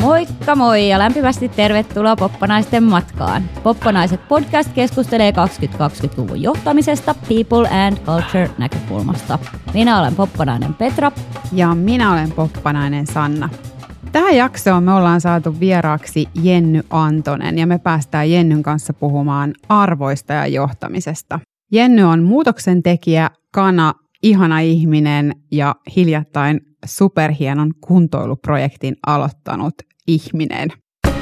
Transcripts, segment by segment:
Moikka moi ja lämpimästi tervetuloa Poppanaisten matkaan. Poppanaiset podcast keskustelee 2020-luvun johtamisesta People and Culture näkökulmasta. Minä olen poppanainen Petra. Ja minä olen poppanainen Sanna. Tähän jaksoon me ollaan saatu vieraaksi Jenny Antonen ja me päästään Jennyn kanssa puhumaan arvoista ja johtamisesta. Jenny on muutoksen tekijä, kana, ihana ihminen ja hiljattain superhienon kuntoiluprojektin aloittanut ihminen.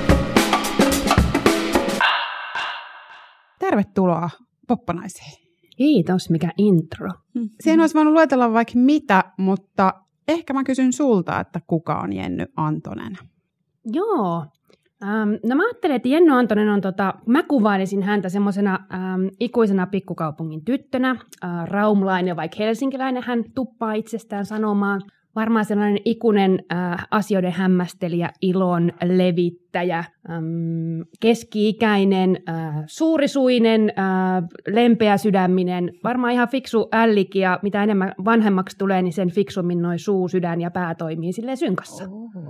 Tervetuloa Poppanaisiin. Kiitos, mikä intro. Siihen olisi voinut luetella vaikka mitä, mutta ehkä mä kysyn sulta, että kuka on Jenny Antonen? Joo. No mä ajattelen, että Jenny Antonen on, mä kuvailisin häntä semmoisena ikuisena pikkukaupungin tyttönä, raumlainen, vaikka helsinkiläinen hän tuppaa itsestään sanomaan. Varmaan sellainen ikuinen asioiden hämmästelijä, ilon levittäjä, keski-ikäinen, suurisuinen, lempeä sydäminen, varmaan ihan fiksu ällikki ja mitä enemmän vanhemmaksi tulee, niin sen fiksummin noi suu, sydän ja pää toimii silleen synkassa.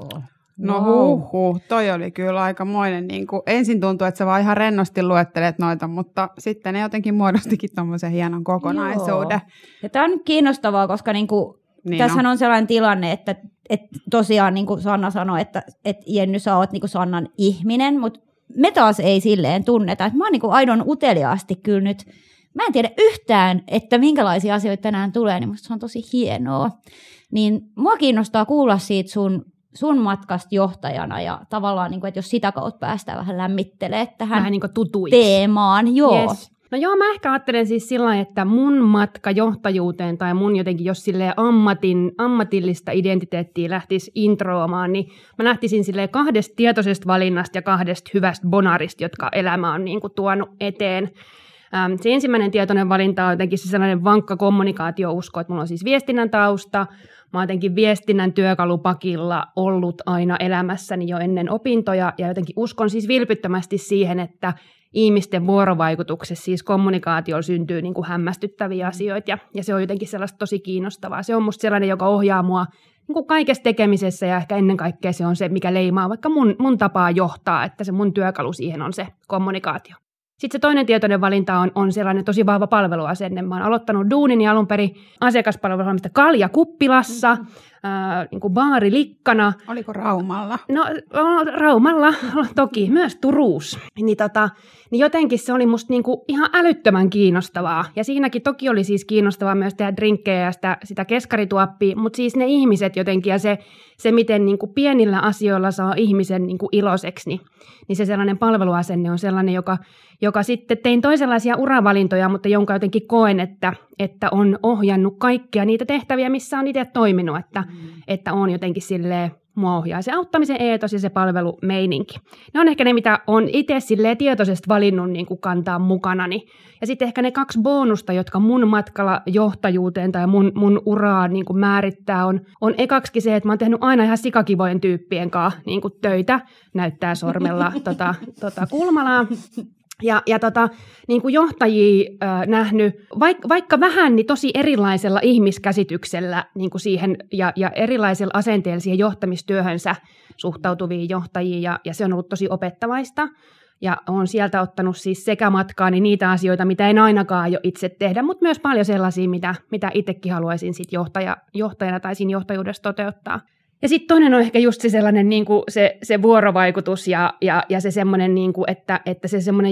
No huuhu, toi oli kyllä aikamoinen. Niin kuin, ensin tuntui, että sä vaan ihan rennosti luettelet noita, mutta sitten ne jotenkin muodostikin tommosen hienon kokonaisuuden. Joo. Ja tää on kiinnostavaa, koska tässähän on sellainen tilanne, että tosiaan niin kuin Sanna sanoi, että Jenny, sä oot niin kuin Sannan ihminen, mutta me taas ei silleen tunneta. Että mä oon niin kuin aidon uteliaasti kyllä nyt, mä en tiedä yhtään, että minkälaisia asioita tänään tulee, niin musta se on tosi hienoa. Niin mua kiinnostaa kuulla siitä sun matkasta johtajana ja tavallaan, niin kuin, että jos sitä kautta päästään vähän lämmittelemään tähän vähän niin kuin tutuiksi teemaan. Joo. Yes. No joo, mä ehkä ajattelen siis sillä lailla, että mun matka johtajuuteen tai mun jotenkin, jos silleen ammatillista identiteettiä lähtisi introamaan, niin mä lähtisin silleen 2 tietoisesta valinnasta ja 2 hyvästä bonarista, jotka elämä on niin kuin tuonut eteen. Se ensimmäinen tietoinen valinta on jotenkin se sellainen vankka kommunikaatiousko, että mulla on siis viestinnän tausta. Mä oon jotenkin viestinnän työkalupakilla ollut aina elämässäni jo ennen opintoja ja jotenkin uskon siis vilpittömästi siihen, että ihmisten vuorovaikutuksessa, siis kommunikaatiolla syntyy niin kuin hämmästyttäviä asioita ja se on jotenkin sellaista tosi kiinnostavaa. Se on musta sellainen, joka ohjaa mua niin kuin kaikessa tekemisessä ja ehkä ennen kaikkea se on se, mikä leimaa vaikka mun tapaa johtaa, että se mun työkalu siihen on se kommunikaatio. Sitten se toinen tietoinen valinta on sellainen tosi vahva palveluasenne. Mä oon aloittanut duunini alun perin asiakaspalveluvalmista Kalja-kuppilassa, niin kuin baarilikkana. Oliko Raumalla? No Raumalla, toki, myös Turussa. Niin jotenkin se oli musta niinku ihan älyttömän kiinnostavaa. Ja siinäkin toki oli siis kiinnostavaa myös tehdä drinkkejä ja sitä keskarituoppia, mutta siis ne ihmiset jotenkin ja se miten niinku pienillä asioilla saa ihmisen niinku iloiseksi, niin se sellainen palveluasenne on sellainen, joka sitten tein toisenlaisia uravalintoja, mutta jonka jotenkin koen, että on ohjannut kaikkia niitä tehtäviä, missä on itse toiminut, että on jotenkin silleen mua ohjaa se auttamisen eetos ja se palvelumeininki. Ne on ehkä ne, mitä on itse silleen tietoisesti valinnut niin kuin kantaa mukanani. Ja sitten ehkä ne 2 bonusta, jotka mun matkalla johtajuuteen tai mun uraan niin kuin määrittää, on ekaksikin se, että mä oon tehnyt aina ihan sikakivojen tyyppien kanssa niin kuin töitä, näyttää sormella kulmalaa. Ja niin kuin johtajia nähnyt, vaikka vähän, niin tosi erilaisella ihmiskäsityksellä niin kuin siihen, ja erilaisella asenteella siihen johtamistyöhönsä suhtautuvia johtajia, ja se on ollut tosi opettavaista. Ja olen sieltä ottanut siis sekä matkaani niitä asioita, mitä en ainakaan jo itse tehdä, mutta myös paljon sellaisia, mitä itsekin haluaisin sit johtajana tai siinä johtajuudessa toteuttaa. Ja sitten toinen on ehkä just se sellainen niin kuin se vuorovaikutus ja se semmoinen, niin kuin, että se semmoinen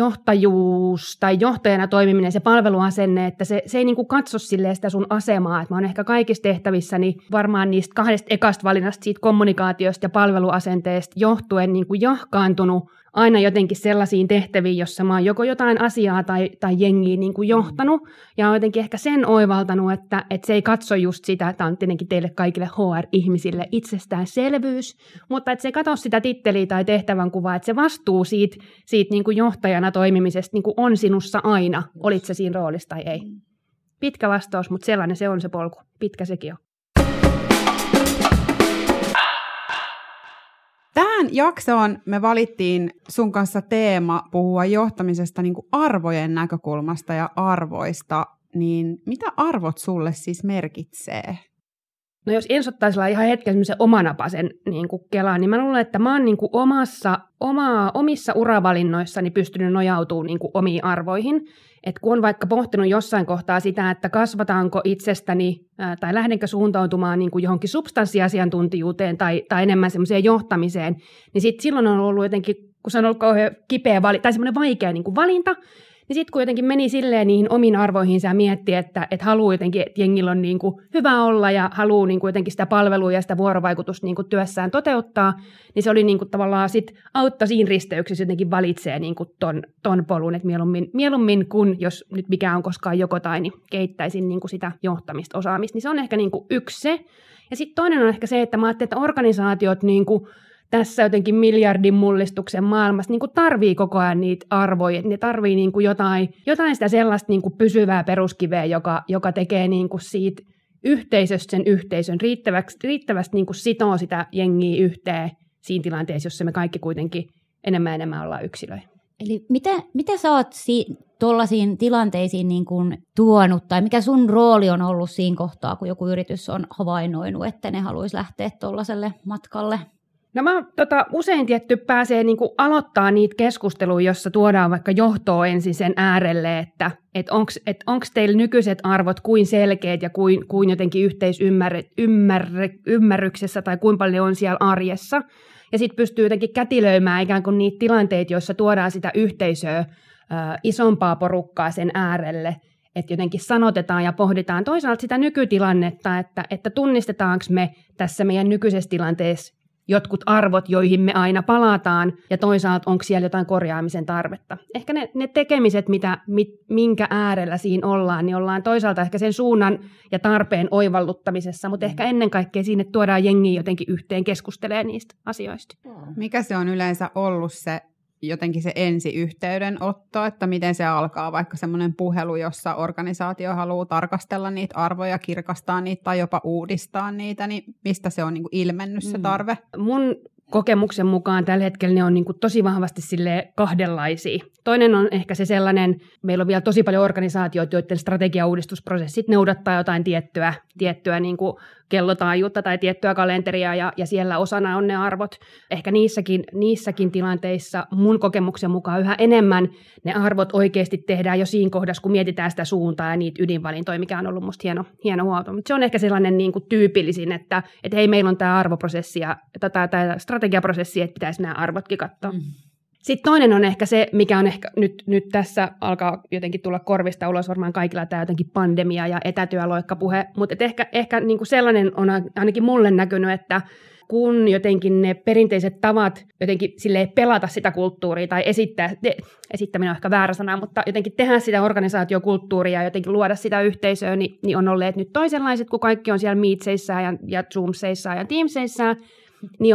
johtajuus tai johtajana toimiminen, se palveluasenne, että se ei niin kuin katso silleen sitä sun asemaa. Että mä oon ehkä kaikissa tehtävissäni varmaan niistä 2 ekasta valinnasta siitä kommunikaatiosta ja palveluasenteesta johtuen niin kuin jahkaantunut aina jotenkin sellaisiin tehtäviin, jossa mä oon joko jotain asiaa tai jengiä niin kuin johtanut, ja oon jotenkin ehkä sen oivaltanut, että se ei katso just sitä, tämä on tietenkin teille kaikille HR-ihmisille itsestäänselvyys, mutta että se ei katso sitä titteliä tai tehtävän kuvaa, että se vastuu siitä niin kuin johtajana toimimisesta niin kuin on sinussa aina, olit se siinä roolissa tai ei. Pitkä vastaus, mutta sellainen se on se polku, pitkä sekin on. Tähän jaksoon me valittiin sun kanssa teema puhua johtamisesta niin kuin arvojen näkökulmasta ja arvoista, niin mitä arvot sulle siis merkitsee? No jos ensin ottaisi ihan hetken semmoisen omanapaisen niin kuin kelaan, niin mä luulen, että mä oon niin kuin omissa uravalinnoissani pystynyt nojautumaan niin kuin omiin arvoihin. Että kun on vaikka pohtinut jossain kohtaa sitä, että kasvataanko itsestäni tai lähdenkö suuntautumaan niin kuin johonkin substanssiasiantuntijuuteen tai enemmän semmoiseen johtamiseen, niin silloin on ollut jotenkin, kun se on ollut kauhean kipeä tai semmoinen vaikea niin kuin valinta, niin sitten kun jotenkin meni silleen niihin omiin arvoihinsa ja mietti, että haluaa jotenkin, että jengillä on niin kuin hyvä olla ja haluaa niin kuin jotenkin sitä palvelua ja sitä vuorovaikutusta niin kuin työssään toteuttaa, niin se oli niin kuin tavallaan sitten auttoi siinä risteyksessä jotenkin valitsee niin kuin ton polun, että mieluummin kun, jos nyt mikä on koskaan joko tai, niin kehittäisin niin kuin sitä johtamista, osaamista, niin se on ehkä niin kuin yksi se. Ja sitten toinen on ehkä se, että mä ajattelin, että organisaatiot niin kuin tässä jotenkin miljardin mullistuksen maailmassa niin kuin tarvii koko ajan niitä arvoja, että ne tarvii niin kuin jotain sitä sellaista niin kuin pysyvää peruskiveä, joka tekee niin kuin siitä yhteisöstä sen yhteisön riittävästi niin kuin sitoo sitä jengiä yhteen siinä tilanteessa, jossa me kaikki kuitenkin enemmän ollaan yksilöjä. Eli mitä sä oot tuollaisiin tilanteisiin niin kuin tuonut, tai mikä sun rooli on ollut siinä kohtaa, kun joku yritys on havainnoinut, että ne haluaisi lähteä tuollaiselle matkalle? No usein tietty pääsee niin kuin aloittaa niitä keskusteluja, jossa tuodaan vaikka johtoa ensin sen äärelle, että onko teillä nykyiset arvot kuin selkeät ja kuin jotenkin yhteisymmärryksessä tai kuinka paljon on siellä arjessa. Ja sitten pystyy jotenkin kätilöimään ikään kuin niitä tilanteita, joissa tuodaan sitä yhteisöä isompaa porukkaa sen äärelle, että jotenkin sanotetaan ja pohditaan toisaalta sitä nykytilannetta, että tunnistetaanko me tässä meidän nykyisessä tilanteessa jotkut arvot, joihin me aina palataan, ja toisaalta onko siellä jotain korjaamisen tarvetta. Ehkä ne tekemiset, minkä äärellä siinä ollaan, niin ollaan toisaalta ehkä sen suunnan ja tarpeen oivalluttamisessa, mutta ehkä ennen kaikkea siinä, että tuodaan jengiä jotenkin yhteen keskustelemaan niistä asioista. Mikä se on yleensä ollut se jotenkin se ensiyhteydenotto, että miten se alkaa, vaikka semmoinen puhelu, jossa organisaatio haluaa tarkastella niitä arvoja, kirkastaa niitä tai jopa uudistaa niitä, niin mistä se on niin kuin ilmennyt se tarve? Mun kokemuksen mukaan tällä hetkellä ne on niin kuin tosi vahvasti kahdenlaisia. Toinen on ehkä se sellainen, meillä on vielä tosi paljon organisaatioita, joiden strategiauudistusprosessit noudattaa jotain tiettyä niin kuin kellotaajuutta tai tiettyä kalenteria, ja siellä osana on ne arvot. Ehkä niissäkin tilanteissa mun kokemuksen mukaan yhä enemmän ne arvot oikeasti tehdään jo siinä kohdassa, kun mietitään sitä suuntaa ja niitä ydinvalintoja, mikä on ollut musta hieno huomio. Mutta se on ehkä sellainen niin kuin tyypillisin, että hei, meillä on tämä arvoprosessi ja tämä strategiaprosessi, että pitäisi nämä arvotkin katsoa. Sitten toinen on ehkä se, mikä on ehkä nyt tässä alkaa jotenkin tulla korvista ulos varmaan kaikilla tämä jotenkin pandemia ja etätyöloikkapuhe, mutta ehkä niin kuin sellainen on ainakin mulle näkynyt, että kun jotenkin ne perinteiset tavat jotenkin silleen pelata sitä kulttuuria tai esittäminen on ehkä väärä sana, mutta jotenkin tehdä sitä organisaatiokulttuuria ja jotenkin luoda sitä yhteisöä, niin on olleet nyt toisenlaiset, kun kaikki on siellä Meetseissään ja Zoomseissaan ja Teamseissään, niin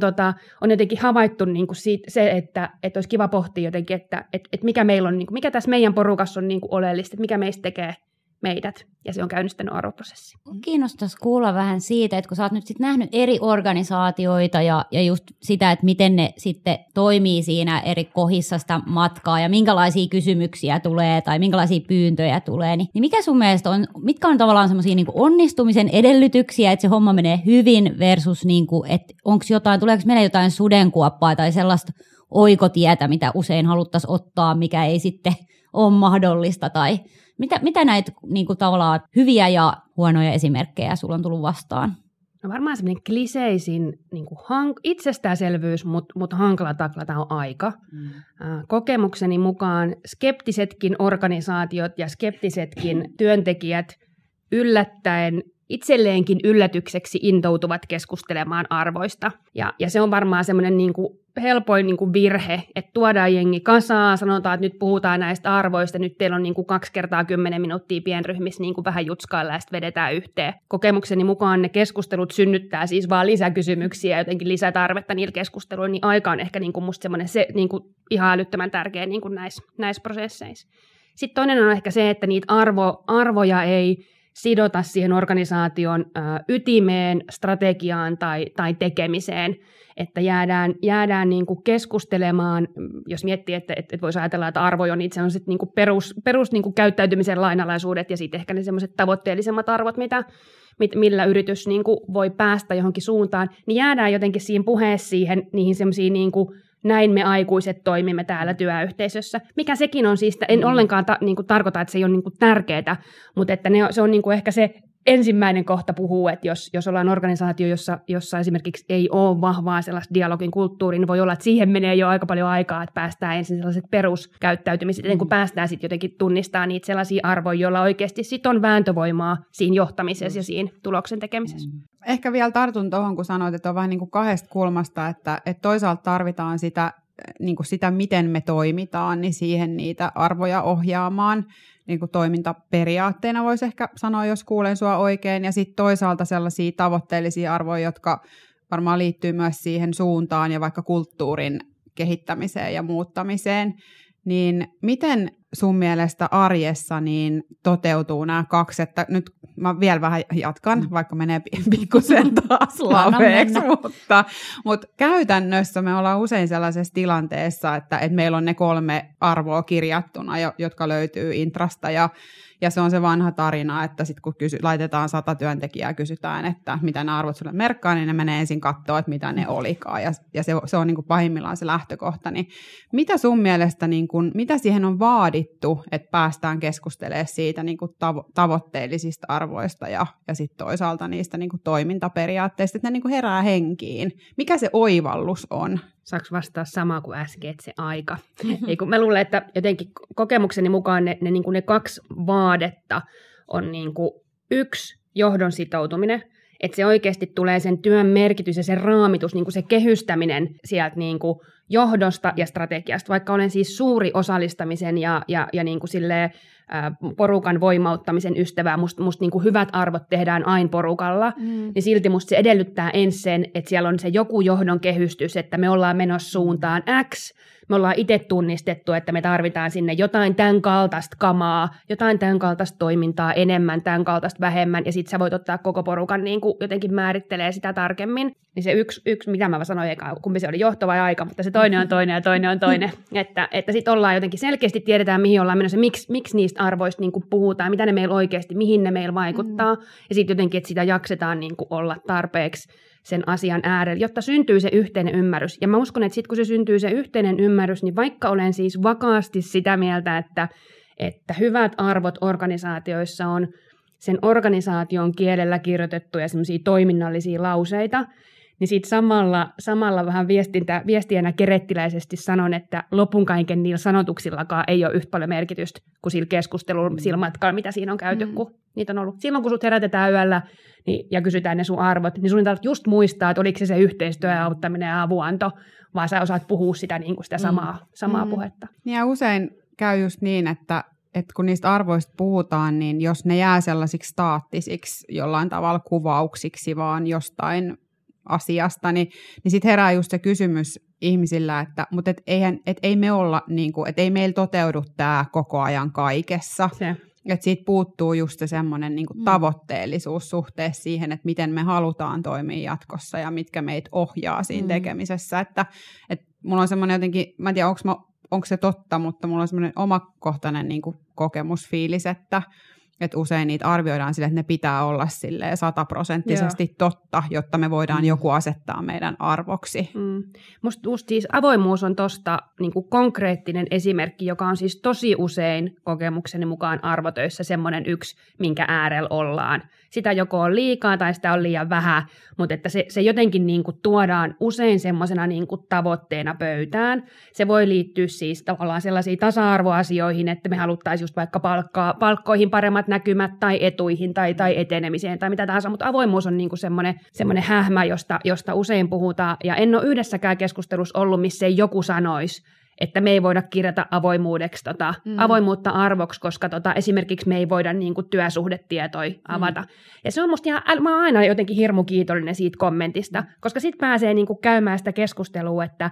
on jotenkin havaittu niin kuin se, että olisi kiva pohtia jotenkin, että mikä meillä on, niin kuin, mikä tässä meidän porukassa on niin kuin oleellista, että mikä meistä tekee meidät, ja se on käynnistänyt arvoprosessi. Kiinnostaisi kuulla vähän siitä, että kun sä oot nyt sit nähnyt eri organisaatioita ja just sitä, että miten ne sitten toimii siinä eri kohdissa sitä matkaa ja minkälaisia kysymyksiä tulee tai minkälaisia pyyntöjä tulee, niin mikä sun mielestä on, mitkä on tavallaan semmoisia niin kuin onnistumisen edellytyksiä, että se homma menee hyvin versus, niin kuin, että onko jotain, tuleeko meille jotain sudenkuoppaa tai sellaista oikotietä, mitä usein haluttaisiin ottaa, mikä ei sitten ole mahdollista tai mitä näitä niin kuin tavallaan hyviä ja huonoja esimerkkejä sulla on tullut vastaan? No varmaan semmoinen kliseisin niin kuin itsestäänselvyys, mutta hankala taklata on aika. Kokemukseni mukaan skeptisetkin organisaatiot ja skeptisetkin työntekijät yllättäen itselleenkin yllätykseksi intoutuvat keskustelemaan arvoista. Ja se on varmaan semmoinen niin kuin helpoin niin kuin virhe, että tuodaan jengi kasaan, sanotaan, että nyt puhutaan näistä arvoista, nyt teillä on niin kuin 2 kertaa 10 minuuttia pienryhmissä niin kuin vähän jutskailla ja sitten vedetään yhteen. Kokemukseni mukaan ne keskustelut synnyttää siis vaan lisäkysymyksiä ja jotenkin lisätarvetta niillä keskusteluilla, niin aika on ehkä niin kuin musta semmoinen se, niin kuin ihan älyttömän tärkeä niin kuin näissä prosesseissa. Sitten toinen on ehkä se, että niitä arvoja ei sidota siihen organisaation ytimeen, strategiaan tai tekemiseen, että jäädään niin kuin keskustelemaan, jos miettii, että voisi ajatella, että arvoja on itse asiassa niin kuin perus niin kuin käyttäytymisen lainalaisuudet ja sitten ehkä ne semmoiset tavoitteellisemmat arvot, millä yritys niin kuin voi päästä johonkin suuntaan, niin jäädään jotenkin siinä puheessa niihin semmoisiin niin kuin näin me aikuiset toimimme täällä työyhteisössä, mikä sekin on siis, en ollenkaan niin kuin tarkoita, että se ei ole niin kuin tärkeää, mutta että se on niin kuin ehkä se ensimmäinen kohta puhuu, että jos ollaan organisaatio, jossa esimerkiksi ei ole vahvaa sellaista dialogin kulttuuria, niin voi olla, että siihen menee jo aika paljon aikaa, että päästään ensin sellaiset peruskäyttäytymiset, ennen kuin päästään sitten jotenkin tunnistamaan niitä sellaisia arvoja, joilla oikeasti sit on vääntövoimaa siinä johtamisessa ja siinä tuloksen tekemisessä. Ehkä vielä tartun tuohon, kun sanoit, että on vähän niin kuin kahdesta kulmasta, että toisaalta tarvitaan niin kuin sitä, miten me toimitaan, niin siihen niitä arvoja ohjaamaan, niin kuin toimintaperiaatteena voisi ehkä sanoa, jos kuulen sua oikein, ja sitten toisaalta sellaisia tavoitteellisia arvoja, jotka varmaan liittyy myös siihen suuntaan ja vaikka kulttuurin kehittämiseen ja muuttamiseen, niin miten sun mielestä arjessa niin toteutuu nämä kaksi, että nyt mä vielä vähän jatkan, vaikka menee pikkusen taas laveeksi, mutta käytännössä me ollaan usein sellaisessa tilanteessa, että meillä on ne 3 arvoa kirjattuna, jotka löytyy Intrasta, ja se on se vanha tarina, että sitten kun laitetaan 100 työntekijää, kysytään, että mitä nämä arvot sulle merkkaa, niin ne menee ensin katsoa, että mitä ne olikaan, ja se on niin kuin pahimmillaan se lähtökohta. Niin mitä sun mielestä, niin kuin, mitä siihen on vaadittu, että päästään keskustelemaan siitä niin kuin tavoitteellisista arvoista ja sitten toisaalta niistä niin kuin toimintaperiaatteista, että ne niin kuin herää henkiin? Mikä se oivallus on? Saanko vastaa samaa kuin äsken, että se aika? Ei, kun mä luulen, että jotenkin kokemukseni mukaan ne 2 vaadetta on niin kuin 1, johdon sitoutuminen, että se oikeasti tulee sen työn merkitys ja se raamitus, niin kuin se kehystäminen sieltä niin kuin johdosta ja strategiasta, vaikka olen siis suuri osallistamisen ja niin kuin silleen, porukan voimauttamisen ystävää, musta niin kuin hyvät arvot tehdään aina porukalla, niin silti musta se edellyttää ensin sen, että siellä on se joku johdon kehystys, että me ollaan menossa suuntaan X, me ollaan itse tunnistettu, että me tarvitaan sinne jotain tämän kaltaista kamaa, jotain tämän kaltaista toimintaa enemmän, tämän kaltaista vähemmän, ja sitten sä voit ottaa koko porukan niin kuin jotenkin määrittelee sitä tarkemmin. Niin se yksi mitä mä sanoin eikä, kumpi se oli johto vai aika, mutta se toinen on toinen ja toinen on toinen. että sitten ollaan jotenkin selkeästi tiedetään, mihin ollaan menossa, miksi niistä arvoista niin kuin puhutaan, mitä ne meillä oikeasti, mihin ne meillä vaikuttaa, ja sitten jotenkin, että sitä jaksetaan niin kuin olla tarpeeksi sen asian äärellä, jotta syntyy se yhteinen ymmärrys. Ja mä uskon, että sitten kun se syntyy se yhteinen ymmärrys, niin vaikka olen siis vakaasti sitä mieltä, että hyvät arvot organisaatioissa on sen organisaation kielellä kirjoitettuja semmoisia toiminnallisia lauseita, niin sitten samalla vähän viestijänä kerettiläisesti sanon, että lopun kaiken niillä sanotuksillakaan ei ole yhtä paljon merkitystä kuin sillä keskustelulla, sillä matkalla, mitä siinä on käyty, kun niitä on ollut. Silloin, kun sut herätetään yöllä ja kysytään ne sun arvot, niin sun ei tarvitse just muistaa, että oliko se yhteistyö ja auttaminen ja avunanto, vaan sä osaat puhua sitä, niin kuin sitä samaa puhetta. Ja usein käy just niin, että kun niistä arvoista puhutaan, niin jos ne jää sellaisiksi staattisiksi jollain tavalla kuvauksiksi vaan jostain asiasta, niin sitten herää just se kysymys ihmisillä, että mutta ei me olla, niin kuin, että ei meillä toteudu tämä koko ajan kaikessa. Että siitä puuttuu just se semmoinen niin kuin tavoitteellisuus suhteessa siihen, että miten me halutaan toimia jatkossa ja mitkä meitä ohjaa siinä tekemisessä. Että mulla on semmoinen jotenkin, mä en tiedä onko se totta, mutta mulla on semmoinen omakohtainen niin kuin kokemusfiilis, että usein niitä arvioidaan sille, että ne pitää olla 100% totta, jotta me voidaan joku asettaa meidän arvoksi. Musta siis avoimuus on tosta niin kuin konkreettinen esimerkki, joka on siis tosi usein kokemukseni mukaan arvotöissä semmoinen yksi, minkä äärellä ollaan. Sitä joko on liikaa tai sitä on liian vähän, mutta että se jotenkin niin kuin tuodaan usein semmoisena niin kuin tavoitteena pöytään. Se voi liittyä siis tavallaan sellaisiin tasa-arvoasioihin, että me haluttaisiin just vaikka palkkoihin paremmat näkymät tai etuihin tai etenemiseen tai mitä tahansa, mutta avoimuus on niin kuin semmoinen hähmä, josta usein puhutaan, ja en ole yhdessäkään keskustelussa ollut, missä ei joku sanoisi, että me ei voida kirjata avoimuutta arvoksi, koska esimerkiksi me ei voida niin kuin työsuhdetietoja avata. Ja se on musta mä oon aina jotenkin hirmu kiitollinen siitä kommentista, koska sitten pääsee niin kuin käymään sitä keskustelua, että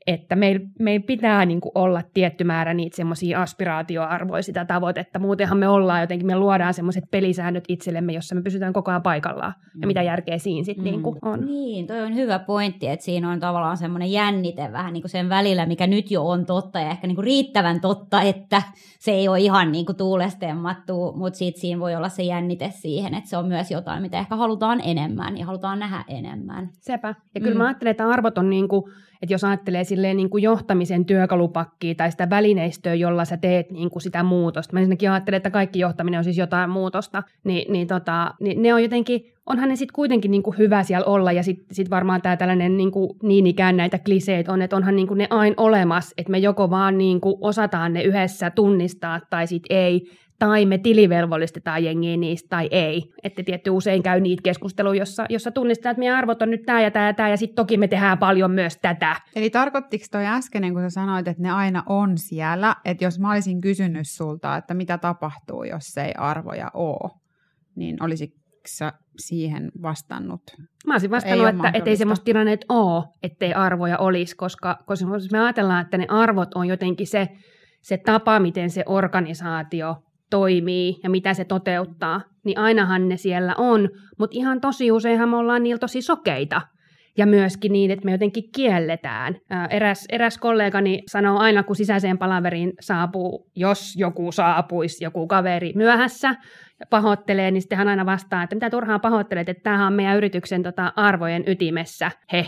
että meillä pitää niin kuin olla tietty määrä niitä semmoisia aspiraatioarvoja, sitä tavoitetta. Muutenhan me ollaan jotenkin, me luodaan semmoiset pelisäännöt itsellemme, jossa me pysytään koko ajan paikallaan. Ja mitä järkeä siinä sitten niin kuin on. Niin, toi on hyvä pointti, että siinä on tavallaan semmoinen jännite vähän niin kuin sen välillä, mikä nyt jo on totta ja ehkä niin kuin riittävän totta, että se ei ole ihan niin kuin tuulestemmattu, mutta sitten siinä voi olla se jännite siihen, että se on myös jotain, mitä ehkä halutaan enemmän ja halutaan nähdä enemmän. Sepä. Ja kyllä mä ajattelen, että arvot on niin kuin, että jos ajattelee silleen niin kuin johtamisen työkalupakkia tai sitä välineistöä, jolla sä teet niin kuin sitä muutosta. Mä ensinnäkin ajattelen, että kaikki johtaminen on siis jotain muutosta, niin ne on jotenkin, onhan ne sitten kuitenkin niin kuin hyvä siellä olla ja sitten varmaan tämä tällainen niin ikään näitä kliseet on, että onhan niin kuin ne aina olemassa, että me joko vaan niin kuin osataan ne yhdessä tunnistaa tai sitten ei, tai me tilivelvollistetaan jengiä niistä tai ei. Että tietty usein käy niitä keskusteluja, jossa tunnistetaan, että meidän arvot on nyt tämä ja tämä ja tämä, ja sitten toki me tehdään paljon myös tätä. Eli tarkoittiko toi äsken, kun sä sanoit, että ne aina on siellä, että jos mä olisin kysynyt sulta, että mitä tapahtuu, jos ei arvoja ole, niin olisitko sä siihen vastannut? Mä olisin vastannut, että ei semmoista tilannetta ole, ettei arvoja olisi, koska jos me ajatellaan, että ne arvot on jotenkin se tapa, miten se organisaatio toimii ja mitä se toteuttaa, niin ainahan ne siellä on, mutta ihan tosi useinhan me ollaan niillä tosi sokeita. Ja myöskin niin, että me jotenkin kielletään. Eräs kollegani sanoo aina, kun sisäiseen palaveriin saapuu, jos joku saapuisi, joku kaveri myöhässä, pahoittelee, niin sitten hän aina vastaa, että mitä turhaan pahoittelet, että tämähän on meidän yrityksen arvojen ytimessä, he.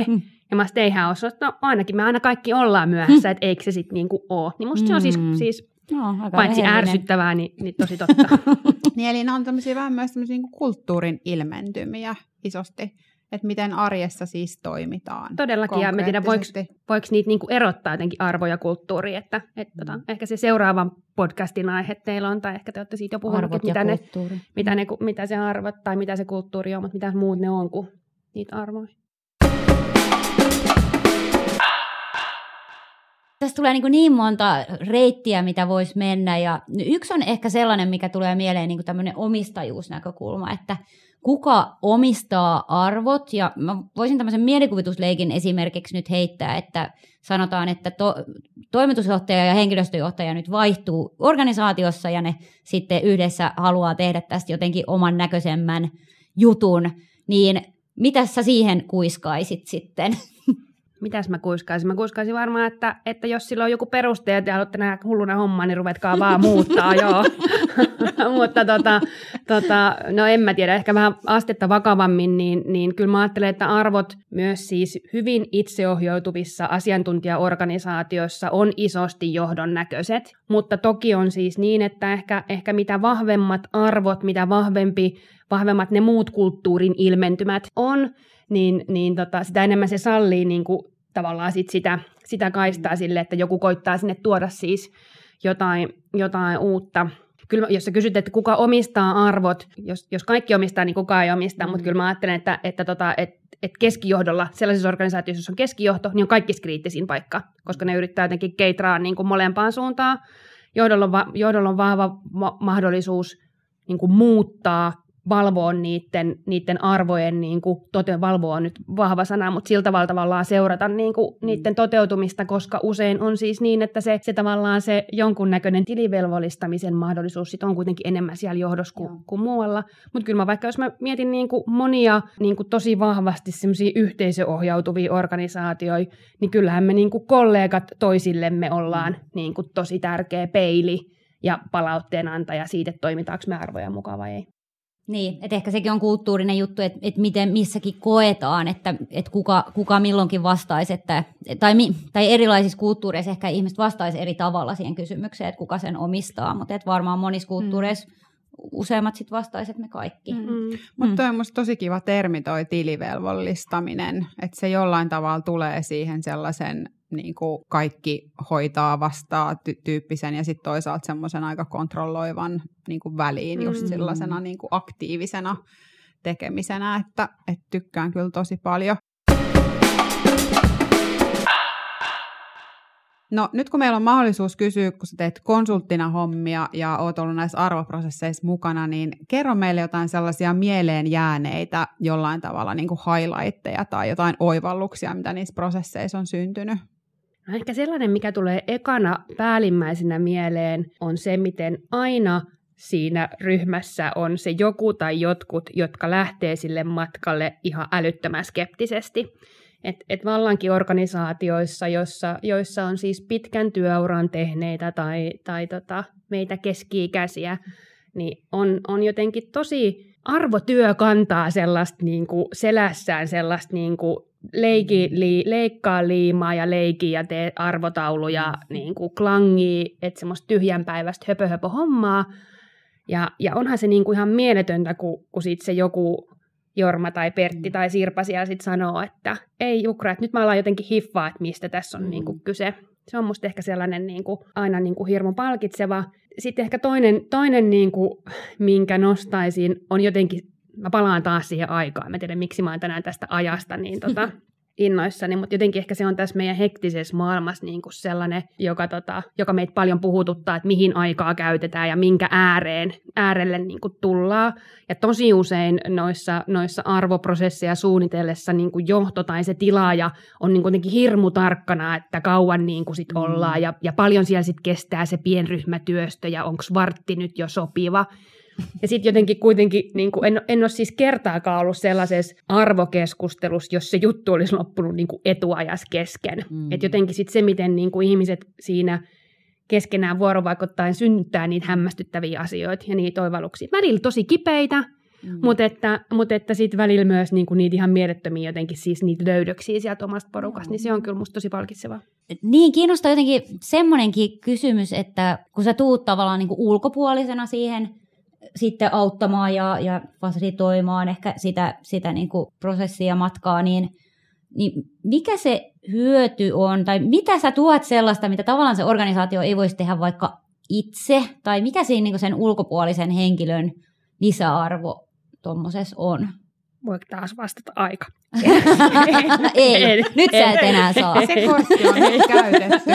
Ja mä sitten eihän ole, no ainakin me aina kaikki ollaan myöhässä, että eikö se sitten niinku ole. Niin musta se on siis paitsi ärsyttävää, niin tosi totta. Niin, eli ne on vähän myös tämmöisiä niin kulttuurin ilmentymiä isosti, että miten arjessa siis toimitaan. Todellakin, ja mä tiedän, voiko niitä niinku erottaa jotenkin arvo ja kulttuuri, että ehkä se seuraavan podcastin aihe teillä on, tai ehkä te olette siitä jo puhunut, mitä se arvot tai mitä se kulttuuri on, mutta mitä muut ne on kuin niitä arvoja. Tässä tulee niin monta reittiä, mitä voisi mennä, ja yksi on ehkä sellainen, mikä tulee mieleen niin tämmöinen omistajuusnäkökulma, että kuka omistaa arvot, ja mä voisin tämmöisen mielikuvitusleikin esimerkiksi nyt heittää, että sanotaan, että toimitusjohtaja ja henkilöstöjohtaja nyt vaihtuu organisaatiossa, ja ne sitten yhdessä haluaa tehdä tästä jotenkin oman näköisemmän jutun, niin mitä sä siihen kuiskaisit sitten? Mitäs mä kuiskaisin? Mä kuiskaisin varmaan, että jos sillä on joku peruste, ja te haluatte nähdä hulluna hommaa, niin ruvetkaa vaan muuttaa, joo. Mutta no en mä tiedä, ehkä vähän astetta vakavammin, niin kyllä mä ajattelen, että arvot myös siis hyvin itseohjautuvissa asiantuntijaorganisaatioissa on isosti johdon näköiset, mutta toki on siis niin, että ehkä mitä vahvemmat arvot, mitä vahvemmat ne muut kulttuurin ilmentymät on, niin sitä enemmän se sallii niin kuin, tavallaan sitä kaistaa sille, että joku koittaa sinne tuoda siis jotain uutta. Kyllä, jos sä kysyt, että kuka omistaa arvot, jos kaikki omistaa, niin kukaan ei omista, mutta kyllä mä ajattelen, että keskijohdolla, sellaisessa organisaatiossa, jossa on keskijohto, niin on kaikki kriittisin paikka, koska ne yrittää jotenkin keitraa niin kuin molempaan suuntaan. Johdolla on vahva mahdollisuus niin kuin muuttaa, valvoa niiden arvojen, valvoa on nyt vahva sana, mutta sillä tavallaan seurata niiden toteutumista, koska usein on siis niin, että se tavallaan se jonkunnäköinen tilivelvollistamisen mahdollisuus sit on kuitenkin enemmän siellä johdossa kuin muualla. Mutta kyllä jos mä mietin monia tosi vahvasti semmoisia yhteisöohjautuvia organisaatioita, niin kyllähän me kollegat toisillemme ollaan tosi tärkeä peili ja palautteenantaja siitä, että toimitaanko me arvoja mukaan vai ei. Niin, että ehkä sekin on kulttuurinen juttu, että miten missäkin koetaan, että kuka milloinkin vastaisi, tai erilaisissa kulttuureissa ehkä ihmiset vastaisi eri tavalla siihen kysymykseen, että kuka sen omistaa, mutta että varmaan monissa kulttuureissa useimmat sitten vastaisi, että me kaikki. Mutta toi on musta tosi kiva termi toi tilivelvollistaminen, että se jollain tavalla tulee siihen sellaisen niin kuin kaikki hoitaa vastaa tyyppisen ja sitten toisaalta semmoisen aika kontrolloivan niin kuin väliin just sellaisena niin kuin aktiivisena tekemisenä, että tykkään kyllä tosi paljon. No nyt kun meillä on mahdollisuus kysyä, kun sä teet konsulttina hommia ja oot ollut näissä arvoprosesseissa mukana, niin kerro meille jotain sellaisia mieleen jääneitä jollain tavalla niin kuin highlightteja tai jotain oivalluksia, mitä niissä prosesseissa on syntynyt. No ehkä sellainen, mikä tulee ekana päällimmäisenä mieleen, on se, miten aina siinä ryhmässä on se joku tai jotkut, jotka lähtee sille matkalle ihan älyttömän skeptisesti. Et vallankin organisaatioissa, joissa on siis pitkän työuran tehneitä tai meitä keski-ikäisiä, niin on jotenkin tosi arvotyö kantaa sellaista niin kuin selässään sellaista niin kuin leikkaa liimaa ja leiki ja tee arvotauluja niin kuin klangii, että semmoista tyhjänpäiväistä höpö hommaa. Ja onhan se niin kuin ihan mieletöntä, kun sit se joku Jorma tai Pertti tai Sirpa siellä sit sanoo, että ei Jukra, että nyt mä ollaan jotenkin hiffaa, että mistä tässä on niin kuin kyse. Se on musta ehkä sellainen niin kuin, aina niin kuin hirmu palkitseva. Sitten ehkä toinen niin kuin, minkä nostaisin, on jotenkin, mä palaan taas siihen aikaan. Mä en tiedä, miksi mä oon tänään tästä ajasta niin innoissani, mutta jotenkin ehkä se on tässä meidän hektisessä maailmassa niin kuin sellainen, joka meitä paljon puhututtaa, että mihin aikaa käytetään ja minkä äärelle niin kuin tullaan. Ja tosi usein noissa arvoprosesseja suunnitellessa niin kuin johto tai se tilaaja on niin kuin jotenkin hirmu tarkkana, että kauan niin kuin sit ollaan ja paljon siellä sit kestää se pienryhmätyöstö ja onko vartti nyt jo sopiva. Ja sitten jotenkin kuitenkin, niin kuin en ole siis kertaakaan ollut sellaisessa arvokeskustelussa, jos se juttu olisi loppunut niin kuin etuajassa kesken. Että jotenkin sitten se, miten niin kuin ihmiset siinä keskenään vuorovaikuttaen synnyttää niitä hämmästyttäviä asioita ja niitä oivalluksia. Välillä tosi kipeitä, mutta että sitten välillä myös niin kuin niitä ihan mielettömiä jotenkin siis niitä löydöksiä sieltä omasta porukasta, niin se on kyllä musta tosi palkitsevaa. Niin, kiinnostaa jotenkin semmoinenkin kysymys, että kun sä tuut tavallaan niin kuin ulkopuolisena siihen sitten auttamaan ja fasilitoimaan ehkä sitä niin kuin prosessia matkaa, niin mikä se hyöty on, tai mitä sä tuot sellaista, mitä tavallaan se organisaatio ei voisi tehdä vaikka itse, tai mikä siinä niin kuin sen ulkopuolisen henkilön lisäarvo tuommoisessa on? Voiko taas vastata aika? Ei, nyt sä et enää saa. Se kortti on nyt käytetty.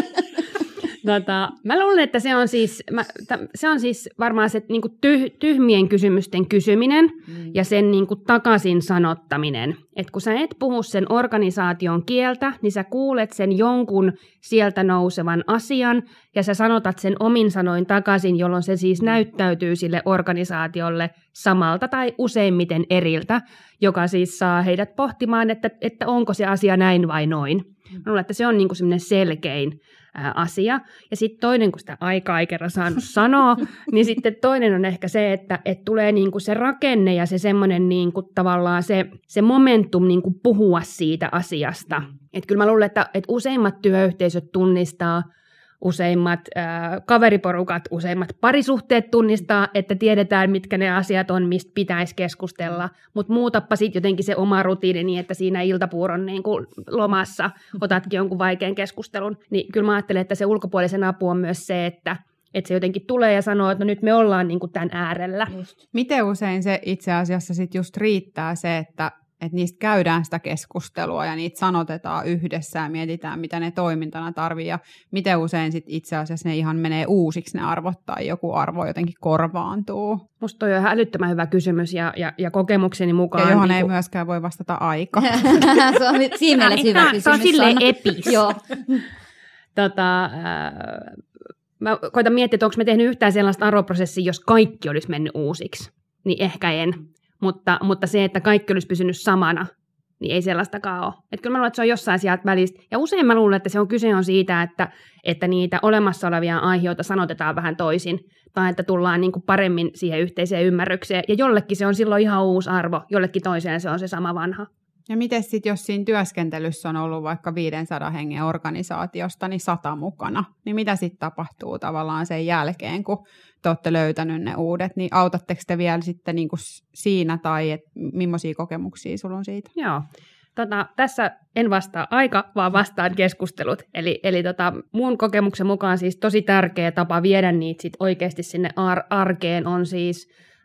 Mä luulen, että se on siis varmaan se niinku tyhmien kysymysten kysyminen ja sen niinku takaisin sanottaminen. Et kun sä et puhu sen organisaation kieltä, niin sä kuulet sen jonkun sieltä nousevan asian ja sä sanotat sen omin sanoin takaisin, jolloin se siis näyttäytyy sille organisaatiolle samalta tai useimmiten eriltä, joka siis saa heidät pohtimaan, että onko se asia näin vai noin. Mä luulen, että se on niinku semmoinen selkein asia. Ja sitten toinen, kun sitä aikaa ei kerran saanut sanoa, niin sitten toinen on ehkä se, että tulee niinku se rakenne ja se semmoinen niinku tavallaan se momentum niinku puhua siitä asiasta. Että kyllä mä luulen, että useimmat työyhteisöt tunnistaa, useimmat kaveriporukat, useimmat parisuhteet tunnistaa, että tiedetään, mitkä ne asiat on, mistä pitäisi keskustella. Mutta muutappa sitten jotenkin se oma rutiini niin, että siinä iltapuuron niin kuin lomassa otatkin jonkun vaikean keskustelun. Niin kyllä mä ajattelen, että se ulkopuolisen apu on myös se, että se jotenkin tulee ja sanoo, että no nyt me ollaan niin kuin tämän äärellä. Just. Miten usein se itse asiassa sitten just riittää se, että niistä käydään sitä keskustelua ja niitä sanotetaan yhdessä ja mietitään, mitä ne toimintana tarvii ja miten usein sit itse asiassa ne ihan menee uusiksi ne arvot tai joku arvo jotenkin korvaantuu. Musta toi on ihan älyttömän hyvä kysymys ja kokemukseni mukaan. Ja johon ei myöskään voi vastata aika. Se on siinä mielessä hyvä kysymys. Se on silleen epis. Joo. Mä koitan miettiä, että onko me tehnyt yhtään sellaista arvoprosessia, jos kaikki olisi mennyt uusiksi. Niin ehkä en. Mutta se, että kaikki olisi pysynyt samana, niin ei sellaistakaan ole. Että kyllä mä luulen, että se on jossain sieltä välistä. Ja usein mä luulen, että se on kyse on siitä, että niitä olemassa olevia aiheita sanotetaan vähän toisin. Tai että tullaan niin kuin paremmin siihen yhteiseen ymmärrykseen. Ja jollekin se on silloin ihan uusi arvo, jollekin toiseen se on se sama vanha. Ja miten sitten, jos siinä työskentelyssä on ollut vaikka 500 hengen organisaatiosta, niin 100 mukana, niin mitä sitten tapahtuu tavallaan sen jälkeen, kun te olette löytänyt ne uudet, niin autatteko te vielä sitten niin kuin siinä, tai millaisia kokemuksia sulla on siitä? Joo, tässä en vastaa aika, vaan vastaan keskustelut. Eli mun kokemuksen mukaan siis tosi tärkeä tapa viedä niitä sit oikeasti sinne arkeen on siis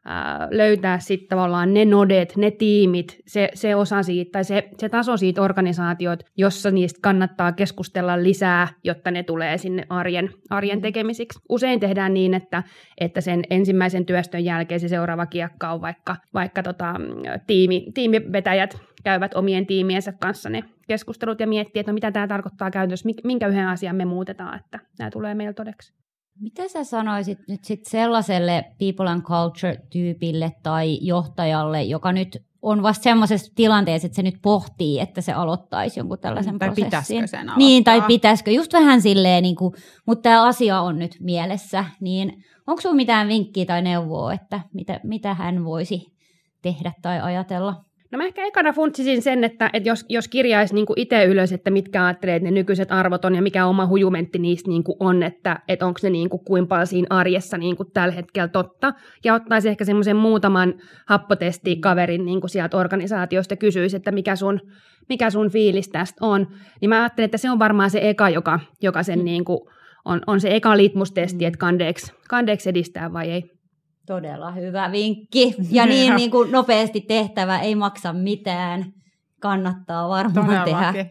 löytää sitten tavallaan ne nodet, ne tiimit, se osa siitä, tai se taso siitä organisaatiot, jossa niistä kannattaa keskustella lisää, jotta ne tulee sinne arjen tekemisiksi. Usein tehdään niin, että sen ensimmäisen työstön jälkeen se seuraava kiekka on vaikka tiimivetäjät käyvät omien tiimiensä kanssa ne keskustelut ja miettii, että no mitä tämä tarkoittaa käytännössä, minkä yhden asian me muutetaan, että nämä tulee meillä todeksi. Mitä sä sanoisit nyt sit sellaiselle people and culture-tyypille tai johtajalle, joka nyt on vasta semmoisessa tilanteessa, että se nyt pohtii, että se aloittaisi jonkun tällaisen prosessin? Tai pitäisikö sen aloittaa? Niin, tai pitäisikö. Just vähän silleen, niin kuin, mutta tämä asia on nyt mielessä, niin onko sinulla mitään vinkkiä tai neuvoa, että mitä hän voisi tehdä tai ajatella? No mä ehkä ekana funtsisin sen, että jos kirjaisi niinku itse ylös, että mitkä ajattelee, että ne nykyiset arvot on ja mikä oma hujumentti niistä niinku on, että onko ne niinku kuin paljon siinä arjessa niinku tällä hetkellä totta. Ja ottaisi ehkä semmoisen muutaman happotestikaverin niinku sieltä organisaatiosta ja kysyisi, että mikä sun fiilis tästä on. Niin mä ajattelen, että se on varmaan se eka, joka sen niinku on se eka litmustesti, että kandeeks edistää vai ei. Todella hyvä vinkki. Ja niin kuin nopeasti tehtävä, ei maksa mitään. Kannattaa varmaan tehdä.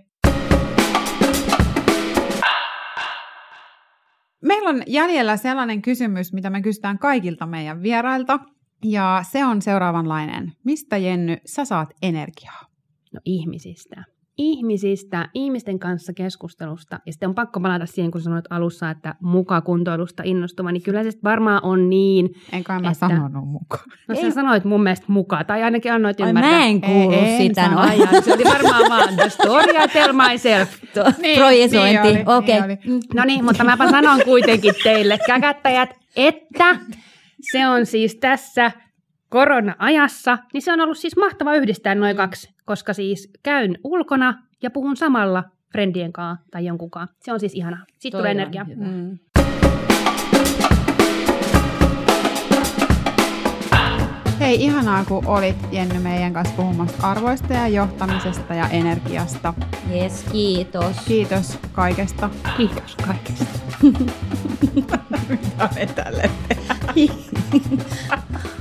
Meillä on jäljellä sellainen kysymys, mitä me kysytään kaikilta meidän vierailta. Ja se on seuraavanlainen. Mistä, Jenny, sä saat energiaa? No ihmisten kanssa keskustelusta. Ja sitten on pakko palata siihen, kun sanoit alussa, että muka kuntoilusta innostuva, niin kyllä se varmaan on niin. Enkä mä sanonut muka. No sä sanoit mun mielestä muka, tai ainakin annoit ymmärtää. Mä en kuullut sitä. Se oli varmaan vaan the story I tell myself. Projisointi, okei. No niin, mutta mäpä sanon kuitenkin teille, käkättäjät, että se on siis tässä korona-ajassa, niin se on ollut siis mahtava yhdistää noin kaksi, koska siis käyn ulkona ja puhun samalla friendien kanssa tai jonkunkaan. Se on siis ihanaa. Siitä tulee energiaa. Hei, ihanaa kun olit, Jenny, meidän kanssa puhumassa arvoista ja johtamisesta ja energiasta. Jes, kiitos. Kiitos kaikesta. Kiitos kaikesta. Mitä me tälle tehdään?